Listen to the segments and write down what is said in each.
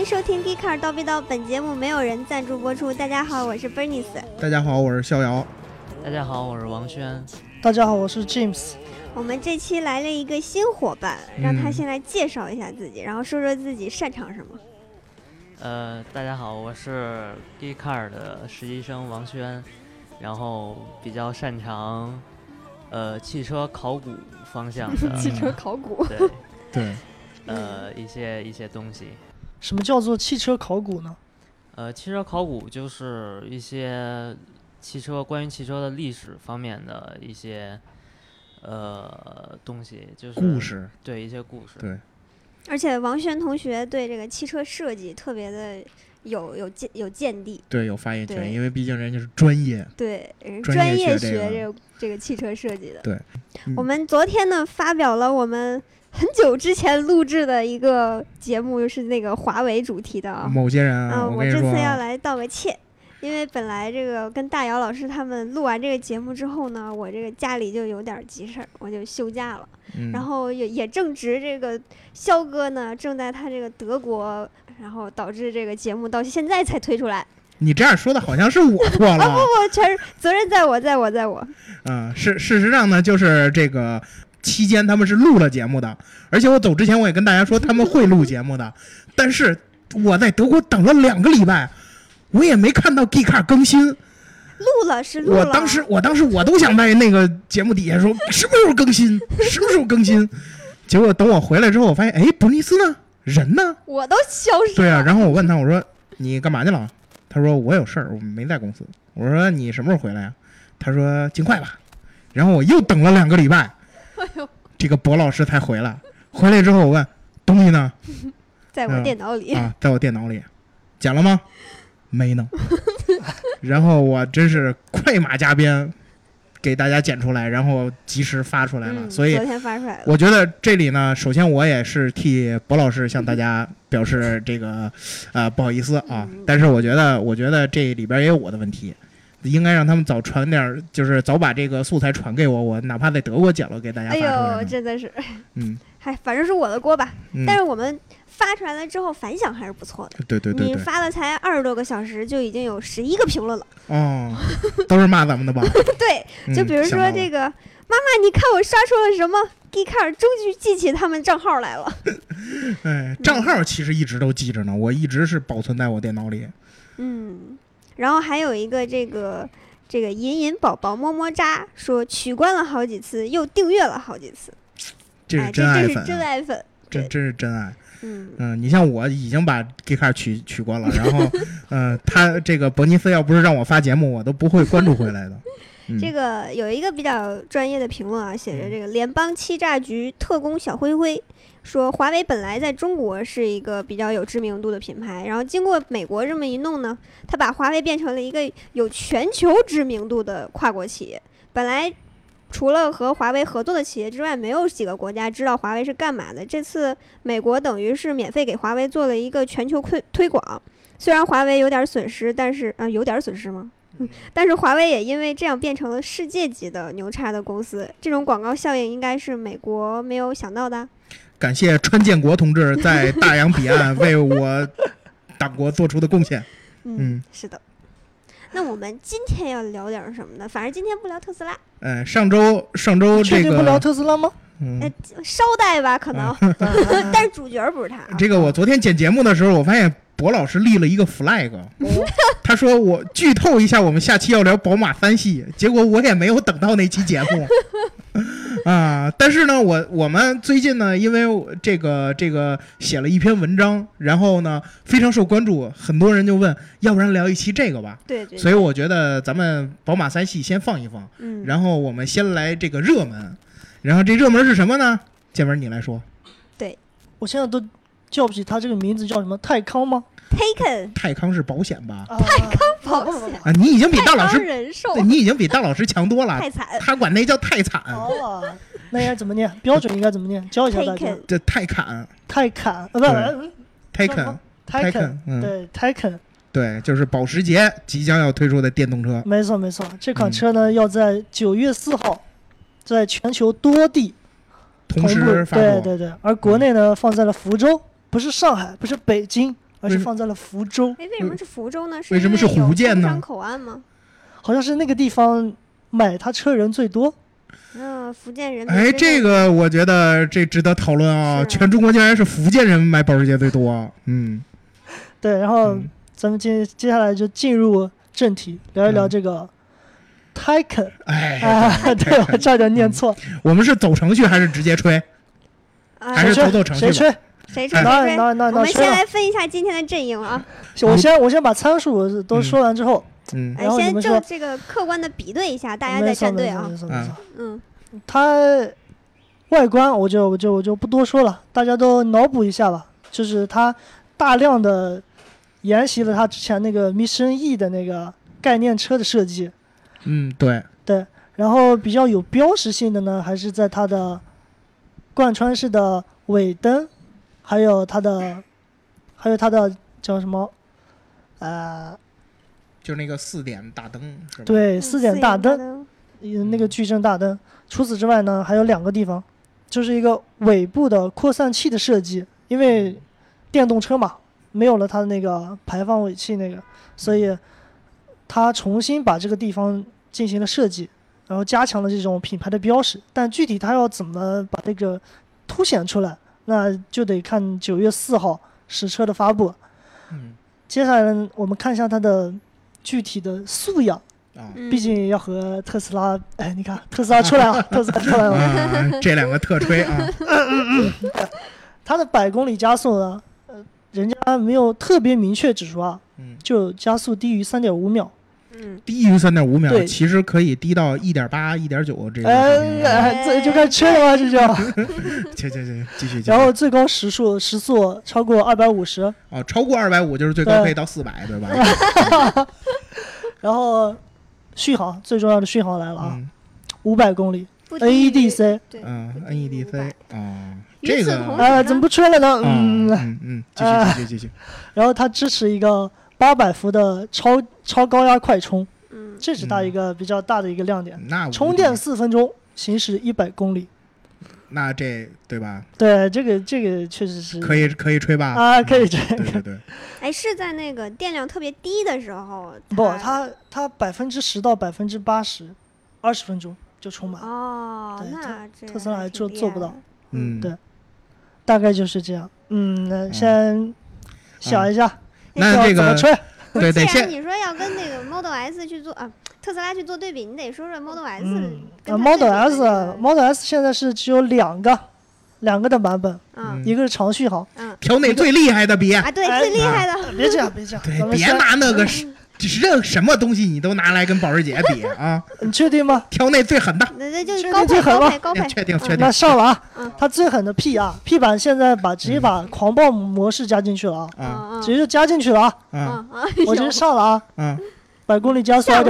收听《Geek Car 叨逼叨》，本节目没有人赞助播出。大家好，我是 Bernice。 大家好，我是逍遥。 大家好，我是王轩。 大家好，我是 James。 我们这期来了一个新伙伴，让他先来介绍一下自己，然后说说自己擅长什么。 大家好，我是 Geek Car 的实习生王轩，然后比较擅长汽车考古方向的汽车考古， 对，一些东西。 什么叫做汽车考古呢？ 汽车考古就是一些关于汽车的历史方面的一些东西，就是故事， 对，一些故事， 对。 而且王轩同学对这个汽车设计特别的有见地， 对，有发言权，因为毕竟人家是专业， 对，人专业学这个汽车设计的。 对， 我们昨天呢发表了我们很久之前录制的一个节目，是那个华为主题的啊。 某些人我这次要来道个歉。因为本来这个跟大姚老师他们录完这个节目之后呢，我这个家里就有点急事儿，我就休假了。然后也正值这个肖哥呢正在他这个德国，然后导致这个节目到现在才推出来。 你这样说的好像是我错了。 不，全是责任在我。 事实上呢，就是这个期间他们是录了节目的，而且我走之前我也跟大家说他们会录节目的，但是我在德国等了2个礼拜。我也没看到 Geek Car 更新， 录了。我当时我都想在那个节目底下说什么时候更新，什么时候更新。结果等我回来之后，我发现，伯尼斯呢？人呢？ 我都消失了。 对啊，然后我问他，我说你干嘛去了？他说我有事儿，我没在公司。我说你什么时候回来呀？他说尽快吧。然后我又等了2个礼拜，这个博老师才回来。回来之后我问东西呢？ 在我电脑里在我电脑里，剪了吗？没呢。然后我真是快马加鞭给大家剪出来，然后及时发出来了。所以昨天发出来了。 我觉得这里呢，首先我也是替博老师向大家表示这个不好意思啊。但是我觉得这里边也有我的问题，应该让他们早传点，就是早把这个素材传给我，我哪怕在德国剪了给大家发出来。 哎呦，真的是，反正是我的锅吧。但是我们发出来了之后反响还是不错的。 对， 你发了才20多个小时，就已经有11个评论了。 哦，都是骂咱们的吧？ 对，就比如说这个妈妈，你看我刷出了什么 Geek Car 终于记起他们账号来了。 账号其实一直都记着呢，我一直是保存在我电脑里。 然后还有一个这个隐隐宝宝么么喳说取关了好几次，又订阅了好几次。 这是真爱粉， 这是真爱粉， 真是真爱。你像我已经把 Geek Car 取关了，然后他这个伯尼斯要不是让我发节目，我都不会关注回来的。 这个有一个比较专业的评论啊，写着这个联邦欺诈局特工小灰灰说，华为本来在中国是一个比较有知名度的品牌，然后经过美国这么一弄呢，他把华为变成了一个有全球知名度的跨国企业。本来除了和华为合作的企业之外，没有几个国家知道华为是干嘛的。这次美国等于是免费给华为做了一个全球推广，虽然华为有点损失，但是有点损失吗？但是华为也因为这样变成了世界级的牛叉的公司，这种广告效应应该是美国没有想到的。 感谢川建国同志在大洋彼岸为我党国做出的贡献。 是的。那我们今天要聊点什么呢？反正今天不聊特斯拉。 上周这个确定不聊特斯拉吗？ 捎带吧，可能，但是主角不是他。 这个我昨天剪节目的时候，我发现博老师立了一个 flag，他说我剧透一下，我们下期要聊宝马3系，结果我也没有等到那期节目。但是呢，我们最近呢，因为这个写了一篇文章，然后呢非常受关注，很多人就问，要不然聊一期这个吧。 对。 所以我觉得咱们宝马3系先放一放，然后我们先来这个热门，然后这热门是什么呢？建文你来说。 对，我现在都叫不起他这个名字叫什么？泰康吗？ 泰康是保险吧？ 泰康保险啊！你已经比大老师人寿， 对，你已经比大老师强多了。 太惨， 他管那叫泰惨。 那应该怎么念？标准应该怎么念？教一下大家。 这泰坎， 泰坎， 泰肯， 对，泰肯， 对，就是保时捷即将要推出的电动车。 没错，这款车呢要在9月4号，在全球多地同时发布。 对，而国内呢放在了福州，不是上海，不是北京。 而是放在了福州。 哎，为什么是福州呢？ 为什么是因为有福建呢通商口岸吗？ 好像是那个地方买他车人最多。 福建人民哎， 真的这个我觉得这值得讨论啊！ 是全中国竟然是福建人买保时捷最多。 对，然后咱们接下来就进入正题，聊一聊这个 Taycan。 哎， 对，我差点念错。 我们是走程序还是直接吹？还是走程序吧？ 谁吹？ 谁吹？ 那我们先吹了来分一下今天的阵营啊！ 我先把参数都说完之后，然后你先们说这个客观的比对一下，大家再站队啊。 没错。 它外观我就不多说了，大家都脑补一下吧。就是它大量的沿袭了它之前那个 Mission E 的那个概念车的设计。 对。 然后比较有标识性的呢，还是在它的贯穿式的尾灯，还有它的叫什么？ 就那个4点大灯是吧？ 对，4点大灯，那个矩阵大灯。除此之外呢，还有2个地方，就是一个尾部的扩散器的设计，因为电动车嘛，没有了它的那个排放尾气那个，所以它重新把这个地方进行了设计，然后加强了这种品牌的标识。但具体它要怎么把这个凸显出来，那就得看9月4号实车的发布。接下来我们看一下它的具体的素养。毕竟要和特斯拉，你看特斯拉出来了，特斯拉出来了， 这2个特吹啊。 它的100公里加速呢，人家没有特别明确指出啊，就加速低于3.5秒。 低于3.5秒， 对， 其实可以低到1.8、1.9这个。 这就该吹了吗？这就。 行，继续。 然后最高时速超过250。 超过250就是最高可以到400，对吧？ 然后续航最重要的续航来了啊，500公里 ，NEDC。 NEDC 这个怎么不吹了呢？ 继续。 然后它支持一个800伏的超高压快充，这是它一个比较大的一个亮点。充电4分钟，行驶100公里。 那这对吧？ 对，这个确实是可以吹吧？ 可以吹。 对。 哎，是在那个电量特别低的时候？ 不，它10%到80%，20分钟就充满。 那特斯拉还做不到。对，大概就是这样。那先想一下， 那这个怎么吹？ 对， 既然你说要跟那个 Model S 去做特斯拉去做对比，你得说说 Model S。 Model S 现在是只有两个的版本，一个是长续航， 挑那最厉害的比对，最厉害的。 别这样， 对，别拿那个任什么东西你都拿来跟保时捷比啊！ 你确定吗？ 挑那最狠的， 那就是高配， 确定。 那上了啊！它最狠的 P 版现在直接把狂暴模式加进去了啊！直接就加进去了啊！我直接上了啊！100公里加速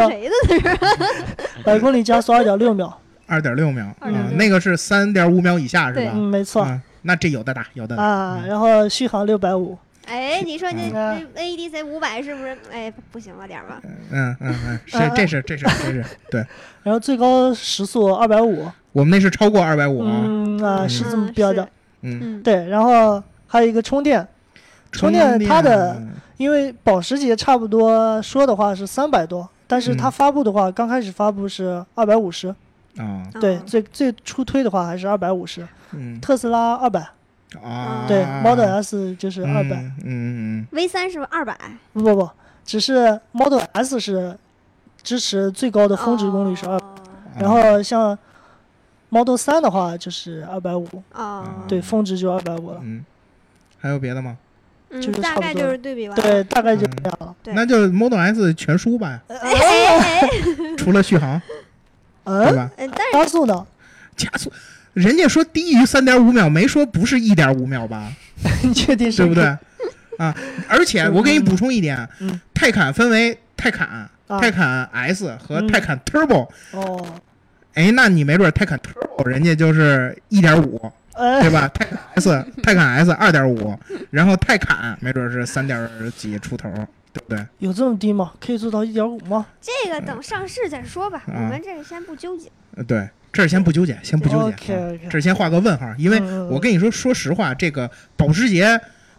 2.6秒 ，2.6秒那个是3.5秒以下是吧？ 没错。 那这有的打然后续航650。 哎，你说那 NEDC 500是不是？哎，不行了点吧？ 这是对。 然后最高时速250， 我们那是超过250 是这么标的。对。然后还有一个充电它的，因为保时捷差不多说的话是300多，但是它发布的话，刚开始发布是250。对，最初推的话还是250。特斯拉200。对 ，Model S 就是200。 V3 是不是200？ 不，只是 Model S 是支持最高的峰值公里是200，然后像 Model 3的话就是250。对，峰值就250了。 还有别的吗？ 就是大概就是对比完。 对，大概就这样了。 那就 Model S 全输吧。除了续航，对吧？ 加速呢？ 加速。人家说低于3.5秒，没说不是1.5秒吧？ 你确定是？ 对不对？而且我给你补充一点，泰坦分为泰坦 S 和泰坦 Turbo。那你没准泰坦 Turbo 人家就是1.5，对吧？泰坦 S 2.5，然后泰坦没准是3几出头，对不对？ 有这么低吗？可以做到1.5吗？ 这个等上市再说吧，我们这个先不纠结。 对。这儿先不纠结，这儿先画个问号，因为我跟你说实话，这个保时捷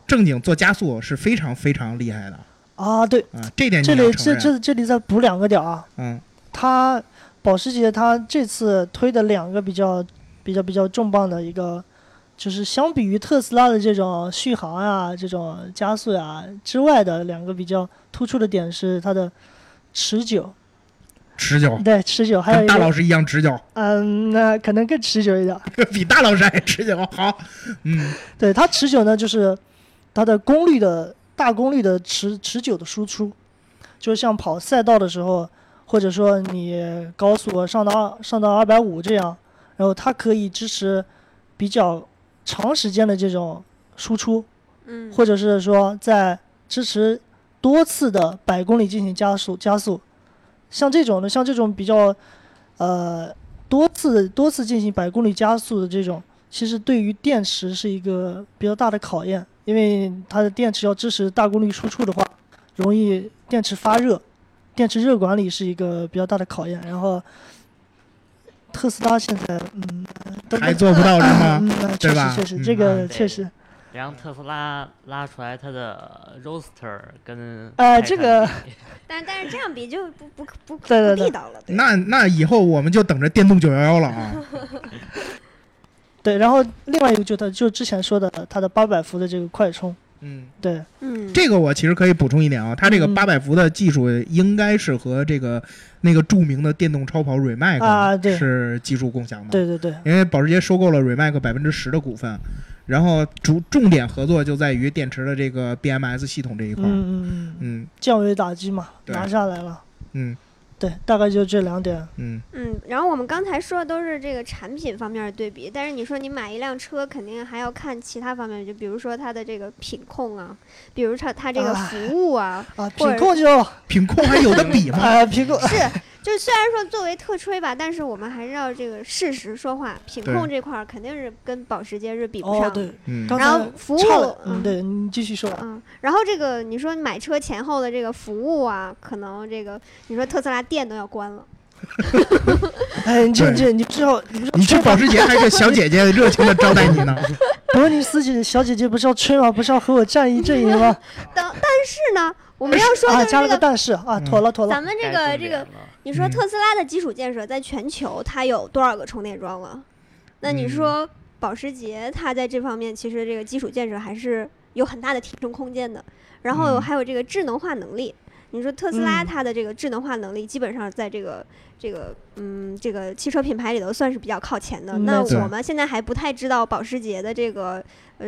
正经做加速是非常非常厉害的啊。对啊，这点这里你要承认这里再补2个点啊。它保时捷它这次推的2个比较重磅的一个，就是相比于特斯拉的这种续航啊、这种加速啊之外的2个比较突出的点是它的持久。对，持久，还有跟大老师一样持久。 那可能更持久一点， 比大老师还持久。好， 对，它持久呢，就是它的大功率的持久的输出，就是像跑赛道的时候，或者说你高速上到250这样，然后它可以支持比较长时间的这种输出，或者是说在支持多次的100公里进行加速。像这种比较，多次进行100公里加速的这种，其实对于电池是一个比较大的考验，因为它的电池要支持大功率输出的话，容易电池发热，电池热管理是一个比较大的考验。然后，特斯拉现在还做不到是吗？对吧？ 确实，这个确实。 然后特斯拉拉出来它的 Roadster 跟这个， 但是这样比就不对地道了。 那以后我们就等着电动911了啊。 对，然后另外一个就之前说的它的800伏的这个快充。对， 这个我其实可以补充一点啊，它这个800伏的技术应该是和那个著名的电动超跑 Rimac 是技术共享的。 对， 因为保时捷收购了 Rimac 10%的股份。然后重点合作就在于电池的这个 BMS 系统这一块。 降维打击嘛，拿下来了。对，大概就这2点。 然后我们刚才说的都是这个产品方面的对比，但是你说你买一辆车，肯定还要看其他方面，就比如说它的这个品控啊，比如它这个服务啊。 品控还有的比吗？ 品控是。就虽然说作为特吹吧，但是我们还是要这个事实说话。品控这块肯定是跟保时捷是比不上的。然后服务， 对，你继续说。 然后这个你说买车前后的这个服务啊，可能这个你说特斯拉店都要关了。 你不知道， 你去保时捷还是小姐姐热情的招待你呢。 伯尼斯小姐姐不是要吹吗？不是要和我战一阵营吗？ 但是呢，我们要说的加了个但是啊，妥了。 咱们这个，你说特斯拉的基础建设在全球它有多少个充电桩了？那你说保时捷它在这方面其实这个基础建设还是有很大的提升空间的。然后还有这个智能化能力。你说特斯拉它的这个智能化能力基本上在这个汽车品牌里头算是比较靠前的。那我们现在还不太知道保时捷的这个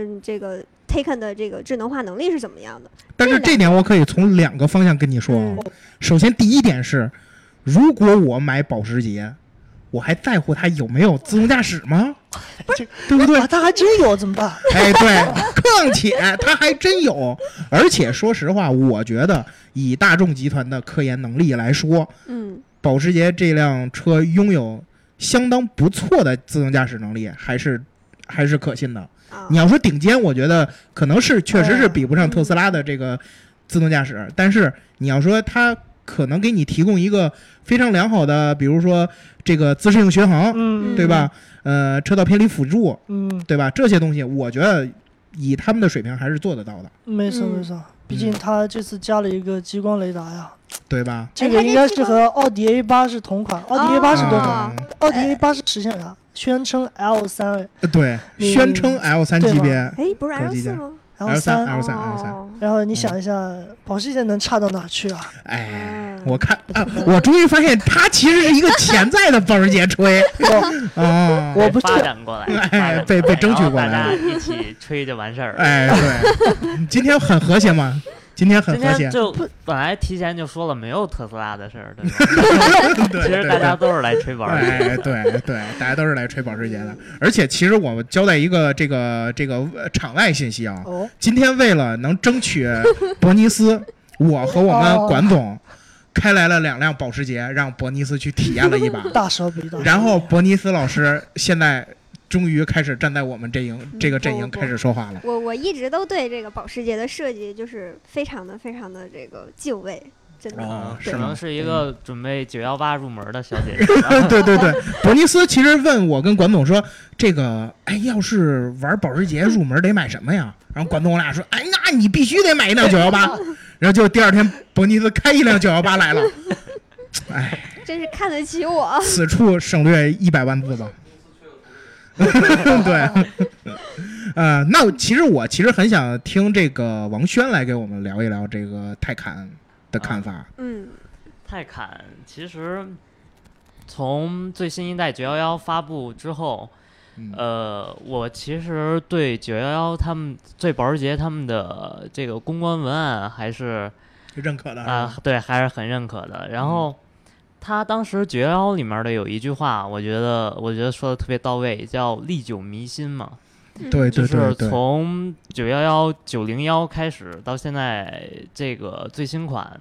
Taycan 的这个智能化能力是怎么样的。 但是这点我可以从2个方向跟你说。首先第一点是，如果我买保时捷，我还在乎它有没有自动驾驶吗？对不对？ 它还真有，怎么办？ 对，况且它还真有。而且说实话，我觉得以大众集团的科研能力来说，保时捷这辆车拥有相当不错的自动驾驶能力，还是可信的。你要说顶尖，我觉得可能是确实是比不上特斯拉的这个自动驾驶，但是你要说它可能给你提供一个非常良好的，比如说这个自适应巡航，对吧？车道偏离辅助，对吧？这些东西，我觉得以他们的水平还是做得到的。 没错，毕竟他这次加了一个激光雷达呀， 对吧？ 这个应该是和奥迪 A8 是同款。奥迪 A8 是多少？奥迪 A8 是实现啥？宣称 L3。 对，宣称 L3 级别。 不是 L4 吗 ？L3。 然后你想一下，保时捷能差到哪去啊？ 我看我终于发现它其实是一个潜在的保时捷吹。 我不发展过来， 被争取过来， 大家一起吹就完事儿了。 对，今天很和谐嘛。今天很和谐， 就本来提前就说了没有特斯拉的事儿，对吧？其实大家都是来吹保时捷。 对，大家都是来吹保时捷的。而且其实我们交代一个这个场外信息啊，今天为了能争取伯尼斯，我和我们管总开来了2辆保时捷，让伯尼斯去体验了一把。 大手笔。 然后伯尼斯老师现在终于开始站在我们这个阵营开始说话了。 我一直都对这个保时捷的设计就是非常的这个敬畏，真的。 可能是一个准备918入门的小姐姐。 对，伯尼斯其实问我跟管总说，这个要是玩保时捷入门得买什么呀？然后管总我俩说，那你必须得买一辆918。然后就第二天伯尼斯开一辆918来了，哎， 真是看得起我。 此处省略100万字吧。对，那其实很想听这个王轩来给我们聊一聊这个泰坦的看法。 泰坦其实从最新一代911发布之后，我其实对911他们对保时捷他们的这个公关文案还是认可的对，还是很认可的。然后他当时911里面的有一句话，我觉得说的特别到位，叫历久弥新嘛。 对， 就是从911、901开始到现在这个最新款，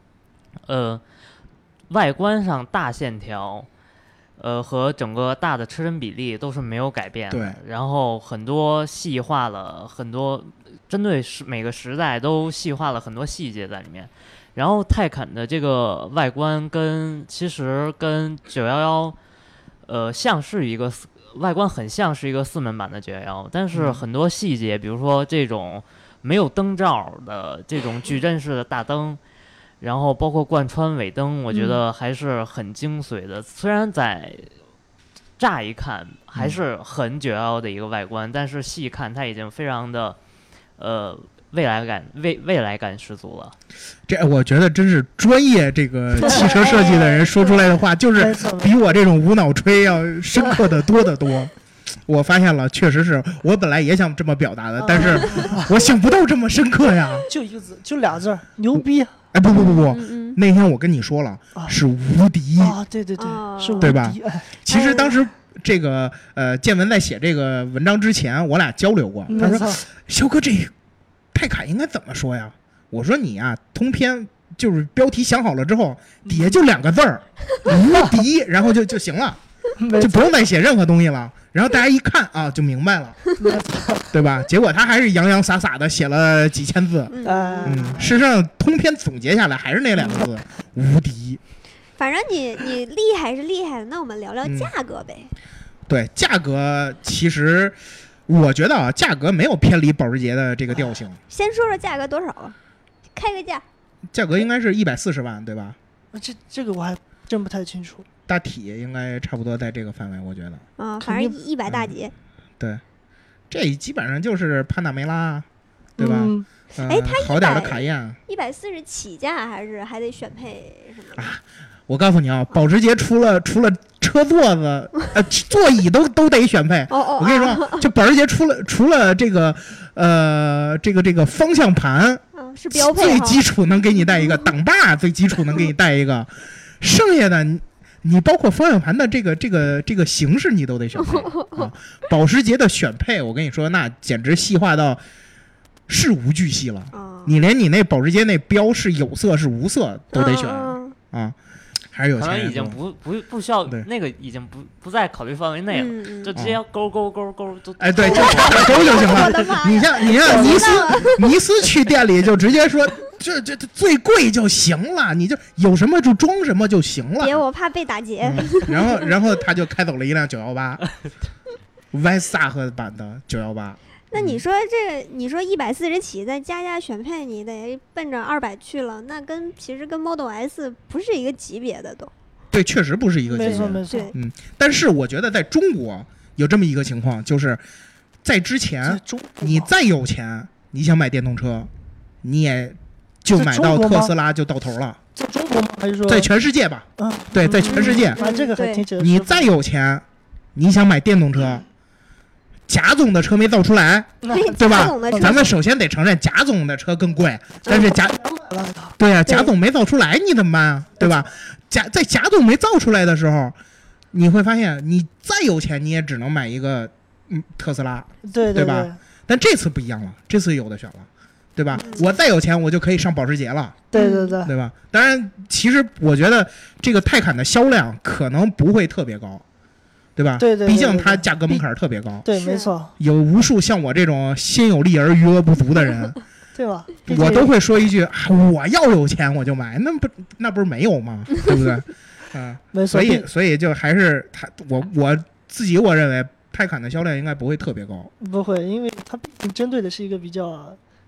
外观上大线条。和整个大的车身比例都是没有改变的， 对。 然后很多细化了很多，针对每个时代都细化了很多细节在里面。然后泰坦的这个外观其实跟911，像是一个外观很像是一个4门版的911，但是很多细节，比如说这种没有灯罩的这种矩阵式的大灯。然后包括贯穿尾灯，我觉得还是很精髓的。虽然在乍一看还是很911的一个外观，但是细看它已经非常的未来感十足了。 这我觉得真是专业这个汽车设计的人说出来的话，就是比我这种无脑吹要深刻的多得多。我发现了，确实是我本来也想这么表达的，但是我想不到这么深刻呀。 就一个字，就俩字，牛逼。 哎，不，那天我跟你说了，是无敌啊！对，是无敌， 对吧？其实当时这个建文在写这个文章之前，我俩交流过。他说：“肖哥，这泰坦应该怎么说呀？”我说：“你啊，通篇就是标题想好了之后，底下就2个字儿，无敌，然后就行了，就不用再写任何东西了。然后大家一看啊，就明白了，对吧？结果他还是洋洋洒洒的写了几千字。事实上，通篇总结下来还是那2个字，无敌。 反正你厉害是厉害的，那我们聊聊价格呗。 对，价格其实我觉得啊，价格没有偏离保时捷的这个调性。 先说说价格多少啊？开个价。 价格应该是140万，对吧？ 这个我还真不太清楚。 大体应该差不多在这个范围，我觉得。 反正100大几。 对，这基本上就是潘达梅拉，对吧？ 它好点的卡宴。 140起价还得选配什么啊？我告诉你啊，保时捷除了车座子，座椅都得选配。我跟你说，就保时捷除了这个这个方向盘是标配， 最基础能给你带一个挡把，最基础能给你带一个，剩下的你包括方向盘的这个形式你都得选配啊。保时捷的选配，我跟你说，那简直细化到事无巨细了。你连你那保时捷那标是有色是无色都得选啊。还是有钱人， 可能已经不需要那个，已经不在考虑范围内了，就直接勾就。 哎，对，就勾就行了。你像尼斯去店里就直接说，这最贵就行了，你就有什么就装什么就行了。 别，我怕被打劫。 然后他就开走了一辆918，歪萨赫版的918。 那你说你说140起，再加选配，你得奔着200去了，那其实跟 Model S 不是一个级别的都。 对，确实不是一个级别。 没错。 但是我觉得在中国有这么一个情况，就是在之前，你再有钱，你想买电动车，你也就买到特斯拉就到头了。 在中国吗？还是说在全世界吧？对，在全世界。 这个还挺解释。 你再有钱，你想买电动车。贾总的车没造出来，对吧？咱们首先得承认贾总的车更贵，但是对啊，贾总没造出来，你怎么办啊？对吧？在贾总没造出来的时候，你会发现你再有钱，你也只能买一个特斯拉，对吧？但这次不一样了，这次有的选了，对吧？我再有钱，我就可以上保时捷了，对吧？当然，其实我觉得这个泰坦的销量可能不会特别高。对吧？ 对， 毕竟它价格门槛特别高。 对，没错。 有无数像我这种心有力而余额不足的人， 对吧？ 我都会说一句：我要有钱我就买，那不是没有吗？对不对？ 没错。 所以就还是我自己认为泰坦的销量应该不会特别高。 不会，因为它毕竟针对的是一个比较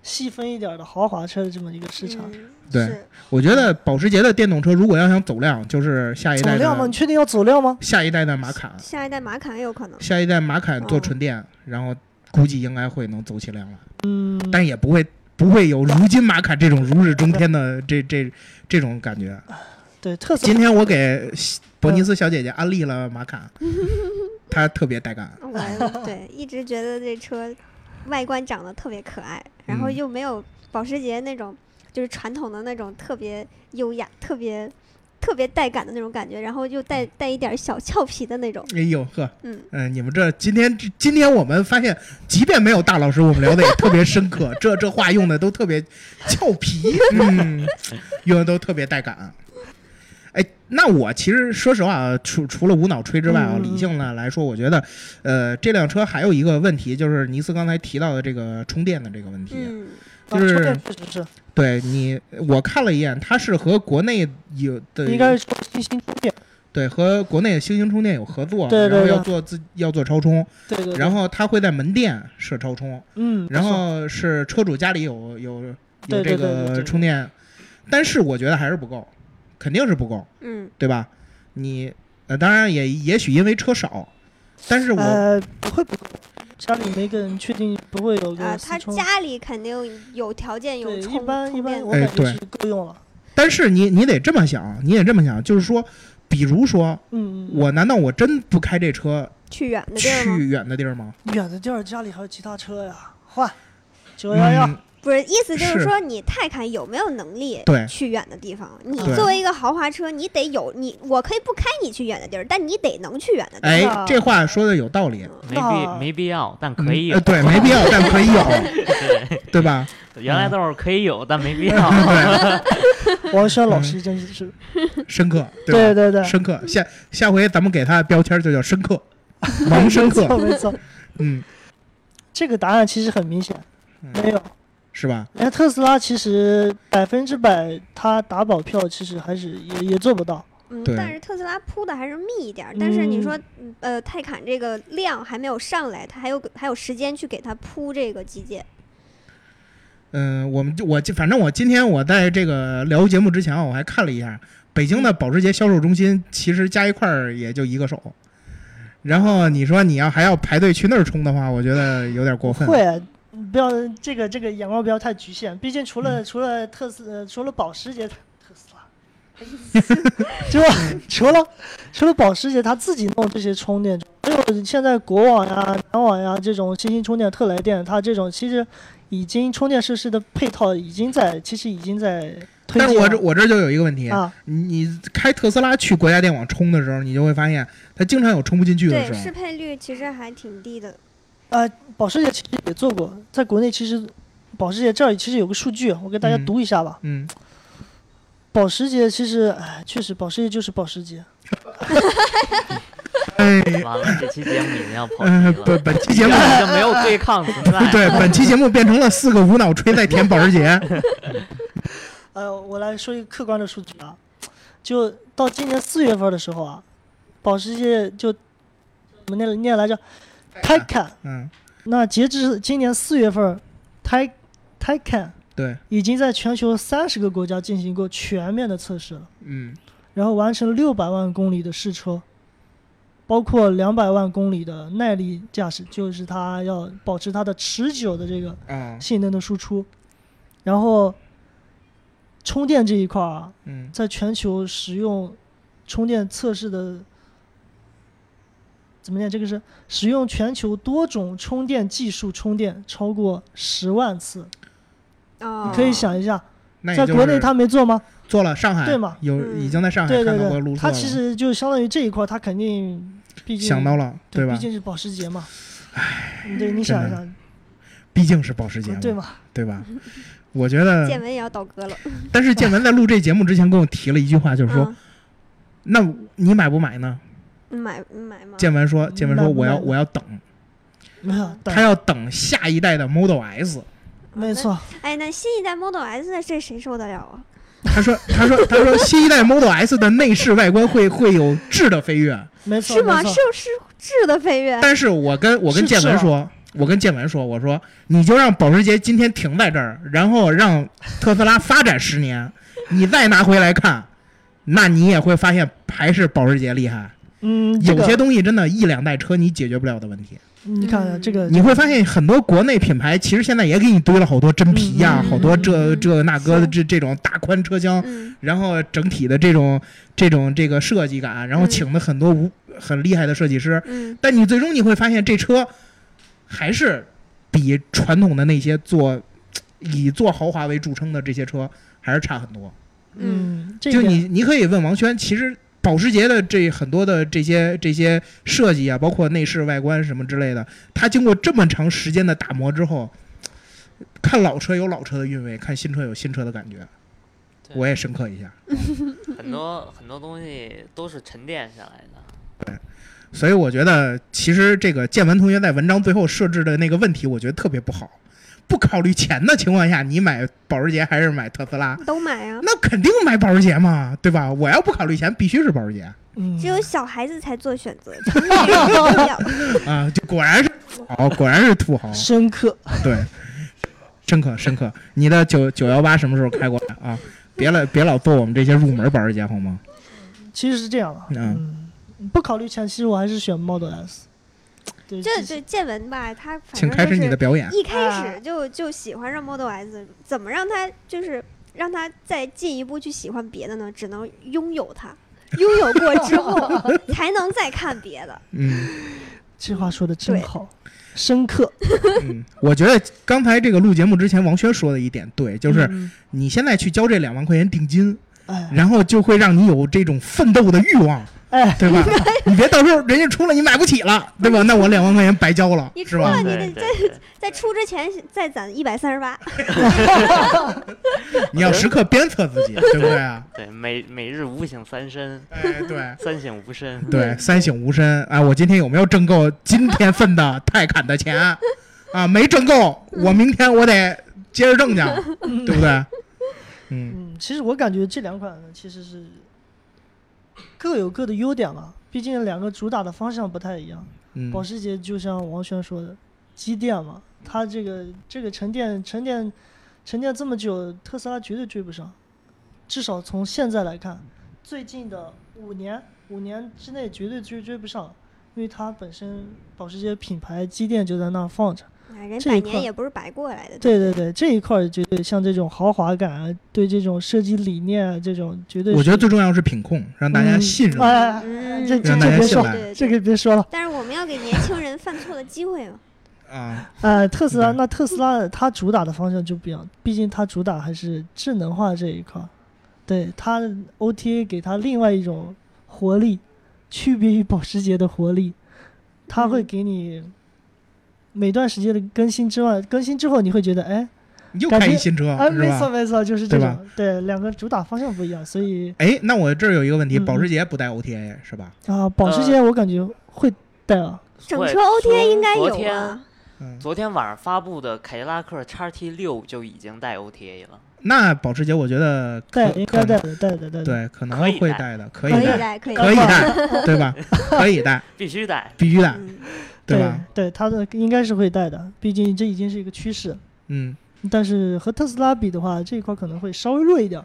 细分一点的豪华车的这么一个市场。 对是我觉得保时捷的电动车如果要想走量，就是下一代走量吗？ 的你确定要走量吗？ 下一代的马卡， 下一代马卡也有可能。 下一代马卡做纯电，然后估计应该会能走起量来。但也不会有如今马卡这种如日中天的这种感觉。 对，特斯拉今天我给伯尼斯小姐姐安利了马卡，她特别带感。 对，一直觉得这车外观长得特别可爱，然后又没有保时捷那种就是传统的那种特别优雅、特别带感的那种感觉，然后又带一点小俏皮的那种。 哎呦呵，你们这今天我们发现，即便没有大老师，我们聊的也特别深刻，这话用的都特别俏皮，用的都特别带感。哎，那我其实说实话，除了无脑吹之外啊，理性的来说，我觉得，这辆车还有一个问题，就是尼斯刚才提到的这个充电的这个问题，就是对我看了一眼，它是和国内有的应该是新兴充电， 对，和国内的新兴充电有合作， 对， 然后要做超充， 对， 然后它会在门店设超充，然后是车主家里有这个充电，但是我觉得还是不够。肯定是不够，对吧？你当然也许因为车少，但是我不会不够，家里没个人确定不会有个他家里肯定有条件有充一般我感觉是够用了。 但是你得这么想，就是说，比如说，我难道我真不开这车去远的地儿吗？ 远的地儿家里还有其他车呀，换911。 不是，意思就是说，你泰坦有没有能力去远的地方？你作为一个豪华车，你得有我可以不开你去远的地儿，但你得能去远的地方。 哎，这话说的有道理。 没必要，但可以有。 对，没必要，但可以有，对吧？ 原来都是可以有，但没必要。 王轩老师真是深刻， 对， 深刻。下回咱们给他标签就叫深刻，王深刻。 没错。这个答案其实很明显，没有。 是吧？ 特斯拉其实100%它打保票，其实还是也做不到。 但是特斯拉铺的还是密一点。但是你说，泰坦这个量还没有上来，它还有时间去给它铺这个基建。 反正我今天我在这个聊节目之前，我还看了一下北京的保时捷销售中心，其实加一块儿也就一个手。然后你说你还要排队去那儿充的话，我觉得有点过分。 会。不要这个眼光不要太局限，毕竟除了保时捷，特斯拉，除了保时捷他自己弄这些充电，还有现在国网呀、南网呀这种新兴充电特来电，它这种其实已经充电设施的配套已经在推进。 但是我这就有一个问题啊，你开特斯拉去国家电网充的时候，你就会发现它经常有充不进去的时候， 对，适配率其实还挺低的。 保时捷其实也做过，在国内其实保时捷这儿其实有个数据，我给大家读一下吧。保时捷其实，确实保时捷就是保时捷。 完了，这期节目已经要跑题了。 本期节目就没有对抗存在。 对，本期节目变成了4个无脑吹在舔保时捷。 我来说一个客观的数据啊，就到今年4月份的时候啊，保时捷就怎么念来着？Taycan，那截至今年4月份，Taycan 对已经在全球30个国家进行过全面的测试了，然后完成了600万公里的试车，包括200万公里的耐力驾驶，就是它要保持它的持久的这个性能的输出，然后充电这一块啊，在全球使用充电测试的。怎么念？这个是使用全球多种充电技术充电超过10万次。你可以想一下，在国内他没做吗？ 做了，上海对吗？ 已经在上海看到过路测了。 他其实就相当于这一块，他肯定毕竟想到了， 对吧？ 毕竟是保时捷嘛。对，你想一想， 毕竟是保时捷， 对吗？ 对吧？我觉得建文也要倒戈了。 但是建文在录这节目之前跟我提了一句话，就是说，那你买不买呢？ 买吗？ 建文说我要等，他要等下一代的 Model S。 没错。 那新一代 Model S 这谁受得了啊？ 他说新一代 Model S 的内饰外观会有质的飞跃。 没错。 是吗？是质的飞跃。 但是我跟建文说， 我跟建文说，我说你就让保时捷今天停在这儿，然后让特斯拉发展10年，你再拿回来看，那你也会发现还是保时捷厉害。有些东西真的1-2代车你解决不了的问题。 你看这个， 你会发现很多国内品牌其实现在也给你堆了好多真皮呀，好多这那个的这种大宽车厢，然后整体的这个设计感，然后请的很多很厉害的设计师，但你最终你会发现这车还是比传统的那些以做豪华为著称的这些车还是差很多。就你可以问王轩，其实保时捷的很多的这些设计啊，包括内饰外观什么之类的，它经过这么长时间的打磨之后，看老车有老车的韵味，看新车有新车的感觉，我也深刻一下。 很多东西都是沉淀下来的。 对，所以我觉得其实这个建文同学在文章最后设置的那个问题，我觉得特别不好。不考虑钱的情况下，你买保时捷还是买特斯拉？ 都买啊！ 那肯定买保时捷嘛，对吧？我要不考虑钱，必须是保时捷。 只有小孩子才做选择，成年人不要啊！就果然是土豪，果然是土豪， 深刻。 对，深刻。你的918什么时候开过来啊？别老做我们这些入门保时捷好吗？ 其实是这样的，不考虑钱，其实我还是选 Model S。 这建文吧，他反正请开始你的表演。 一开始就喜欢上 Model S， 怎么让他让他再进一步去喜欢别的呢？只能拥有它，拥有过之后才能再看别的。 这话说的真好，深刻。 我觉得刚才这个录节目之前，王轩说的一点对，就是你现在去交这2万块钱定金，然后就会让你有这种奋斗的欲望。对吧？你别到时候人家出了你买不起了，对吧？那我2万块钱白交了， 你出了你得在出之前再攒138。 你要时刻鞭策自己，对不对啊？ 对，每日5省3申。 对，3 省5申。 对，3省5申。我今天有没有挣够今天份的泰坎的钱啊？没挣够，我明天我得接着挣去，对不对？ 其实我感觉这2款呢，其实是各有各的优点吧，毕竟2个主打的方向不太一样。保时捷就像王轩说的，积淀嘛，它这个沉淀这么久，特斯拉绝对追不上。至少从现在来看，最近的5年之内绝对追不上，因为它本身保时捷品牌积淀就在那儿放着。 人100年也不是白过来的。 对，这一块绝对像这种豪华感，对这种设计理念，这种绝对。 我觉得最重要是品控，让大家信任。 这别说，这个别说了。 但是我们要给年轻人犯错的机会嘛。 特斯拉它主打的方向就不一样，毕竟它主打还是智能化这一块。对，它 OTA 给它另外一种活力，区别于保时捷的活力，它会给你。每段时间的更新之外，更新之后你会觉得， 又开一新车， 没错，就是这种。对，2个主打方向不一样，所以。 那我这儿有一个问题，保时捷不带 OTA 是吧？ 保时捷我感觉会带啊。 整车 OTA 应该有啊。 昨天晚上发布的凯迪拉克 XT6就已经带 OTA 了。 那保时捷我觉得应该带的， 对，可能会带的，可以带，对吧？可以带， 必须带。 对吧？ 对，它的应该是会带的，毕竟这已经是一个趋势。但是和特斯拉比的话，这一块可能会稍微弱一点。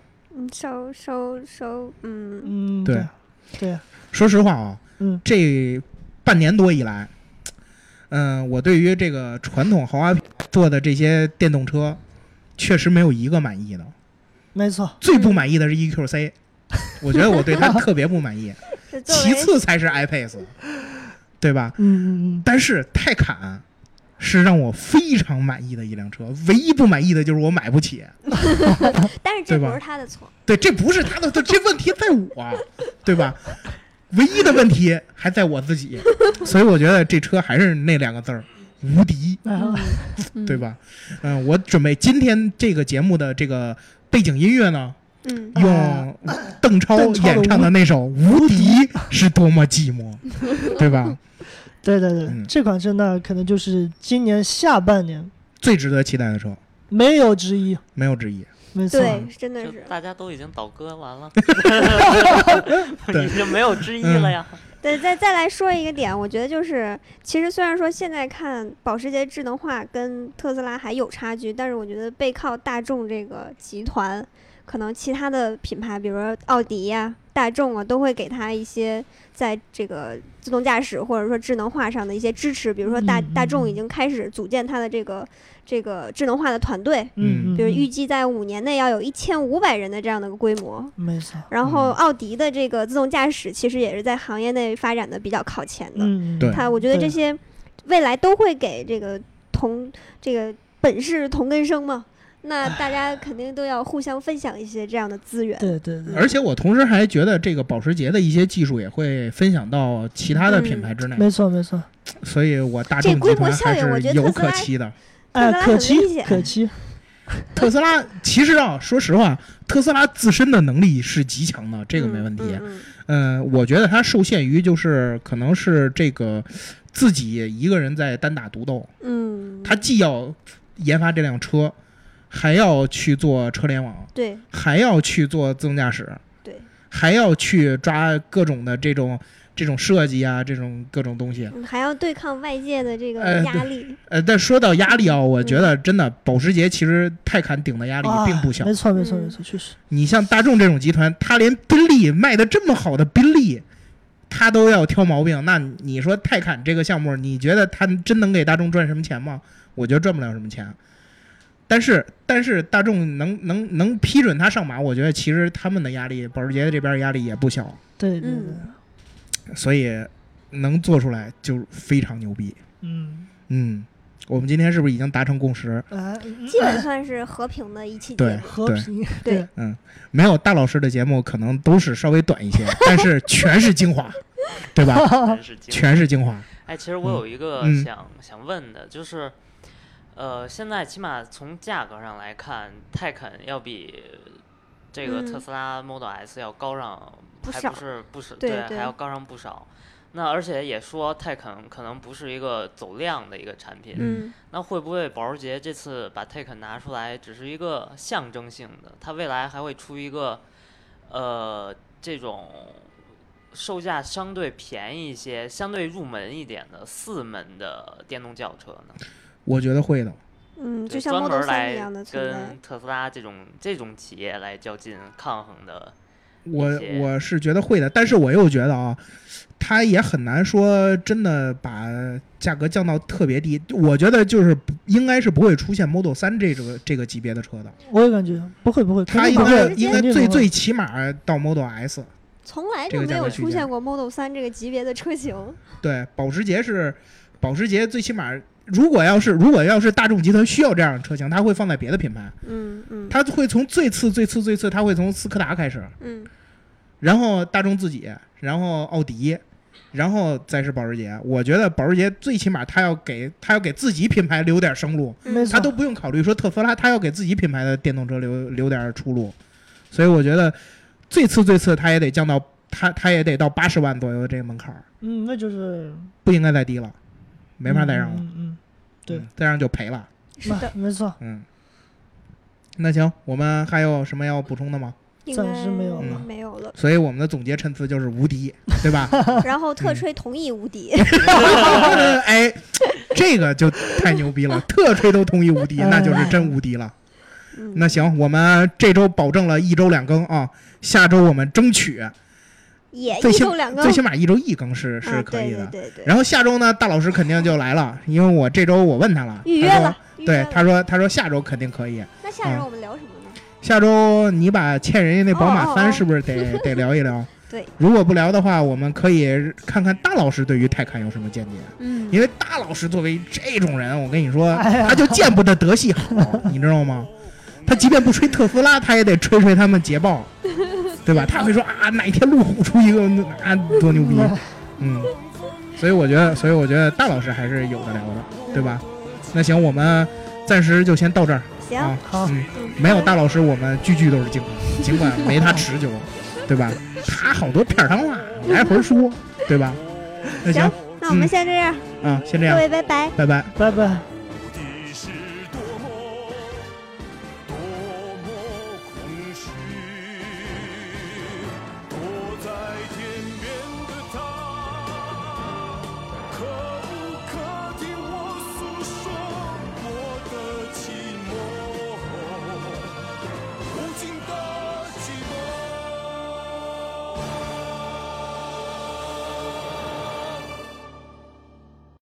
对。 说实话啊，这半年多以来，我对于这个传统豪华做的这些电动车，确实没有一个满意的。 没错。 最不满意的是 EQC，我觉得我对它特别不满意，其次才是 iPace。对吧？但是泰坎是让我非常满意的一辆车，唯一不满意的就是我买不起。 但是这不是他的错。 对，这不是他的错，这问题在我，对吧？唯一的问题还在我自己，所以我觉得这车还是那2个字儿，无敌，对吧？我准备今天这个节目的这个背景音乐呢，用邓超演唱的那首《无敌是多么寂寞》，对吧？ 对，这款车呢，可能就是今年下半年最值得期待的车， 没有之一。 没错，对，真的是大家都已经倒戈完了，已经没有之一了呀。 对，再来说一个点，我觉得就是，其实虽然说现在看保时捷智能化跟特斯拉还有差距，但是我觉得背靠大众这个集团，可能其他的品牌，比如说奥迪呀、大众啊，都会给它一些在这个自动驾驶或者说智能化上的一些支持。比如说大众已经开始组建它的这个智能化的团队，比如预计在5年内要有1500人的这样的一个规模。 没错。 然后奥迪的这个自动驾驶其实也是在行业内发展的比较靠前的。 对， 我觉得这些未来都会给这个本是同根生嘛。那大家肯定都要互相分享一些这样的资源。 对。 而且我同时还觉得这个保时捷的一些技术也会分享到其他的品牌之内。 没错。 所以我大众集团还是有可期的。 可期。 特斯拉其实说实话，特斯拉自身的能力是极强的，这个没问题。我觉得它受限于就是可能是这个自己一个人在单打独斗。他既要研发这辆车，还要去做车联网， 对， 还要去做自动驾驶， 对， 还要去抓各种的这种设计啊，这种各种东西， 还要对抗外界的这个压力。 但说到压力啊，我觉得真的保时捷其实泰坦顶的压力并不小。 没错，确实。 你像大众这种集团，他连宾利卖的这么好的宾利，他都要挑毛病。那你说泰坦这个项目，你觉得他真能给大众赚什么钱吗？我觉得赚不了什么钱。但是大众能批准他上马，我觉得其实他们的压力，保时捷这边压力也不小。 对。 所以能做出来就非常牛逼。我们今天是不是已经达成共识？ 基本算是和平的一期节目。 和平。 对。 没有大老师的节目可能都是稍微短一些，但是全是精华，对吧？全是精华。 其实我有一个想问的，就是。现在起码从价格上来看，泰肯要比这个特斯拉 Model S 要高上，还不是对，还要高上不少。那而且也说泰肯可能不是一个走量的一个产品。那会不会保时捷这次把泰肯拿出来只是一个象征性的？它未来还会出一个这种售价相对便宜一些、相对入门一点的4门的电动轿车呢？ 我觉得会的。 就像 Model 3一样的存在，跟特斯拉这种企业来较劲抗衡的。 我是觉得会的，但是我又觉得它也很难说真的把价格降到特别低。我觉得就是应该是不会出现 Model 3这个级别的车的。 我也感觉不会，它应该最起码到 Model S。 从来就没有出现过 Model 3这个级别的车型。对， 保时捷最起码。如果要是大众集团需要这样的车型，它会放在别的品牌。它会从最次，它会从斯柯达开始。然后大众自己，然后奥迪，然后再是保时捷。我觉得保时捷最起码它要给自己品牌留点生路，它都不用考虑说特斯拉，它要给自己品牌的电动车留点出路。所以我觉得最次它也得降到它也得到80万左右的这个门槛。 那就是不应该再低了。没法再让了， 对， 再让就赔了。 是的， 没错。 那行，我们还有什么要补充的吗？ 暂时没有了， 没有了。 所以我们的总结陈词就是无敌，对吧？ 然后特吹同意无敌。 哎，这个就太牛逼了，特吹都同意无敌，那就是真无敌了。那行，我们这周保证了1周2更啊，下周我们争取。 1周2更， 最起码1周1更是可以的。 对。 然后下周呢，大老师肯定就来了，因为我这周我问他了， 预约了。 对，他说下周肯定可以。 那下周我们聊什么呢？ 下周你把欠人家那宝马3是不是得聊一聊？ 对。 如果不聊的话，我们可以看看大老师对于泰坦有什么见解。因为大老师作为这种人，我跟你说，他就见不得德系好，你知道吗？他即便不吹特斯拉，他也得吹他们捷豹。对吧？他会说哪一天路虎出一个多牛逼，所以我觉得大老师还是有的聊的，对吧？那行，我们暂时就先到这儿。 行， 好， 没有大老师，我们句都是精华，尽管没他持久，对吧？他好多片儿汤话，来回说，对吧？那行， 那我们先这样。 先这样。 各位拜拜， 拜拜， 拜拜。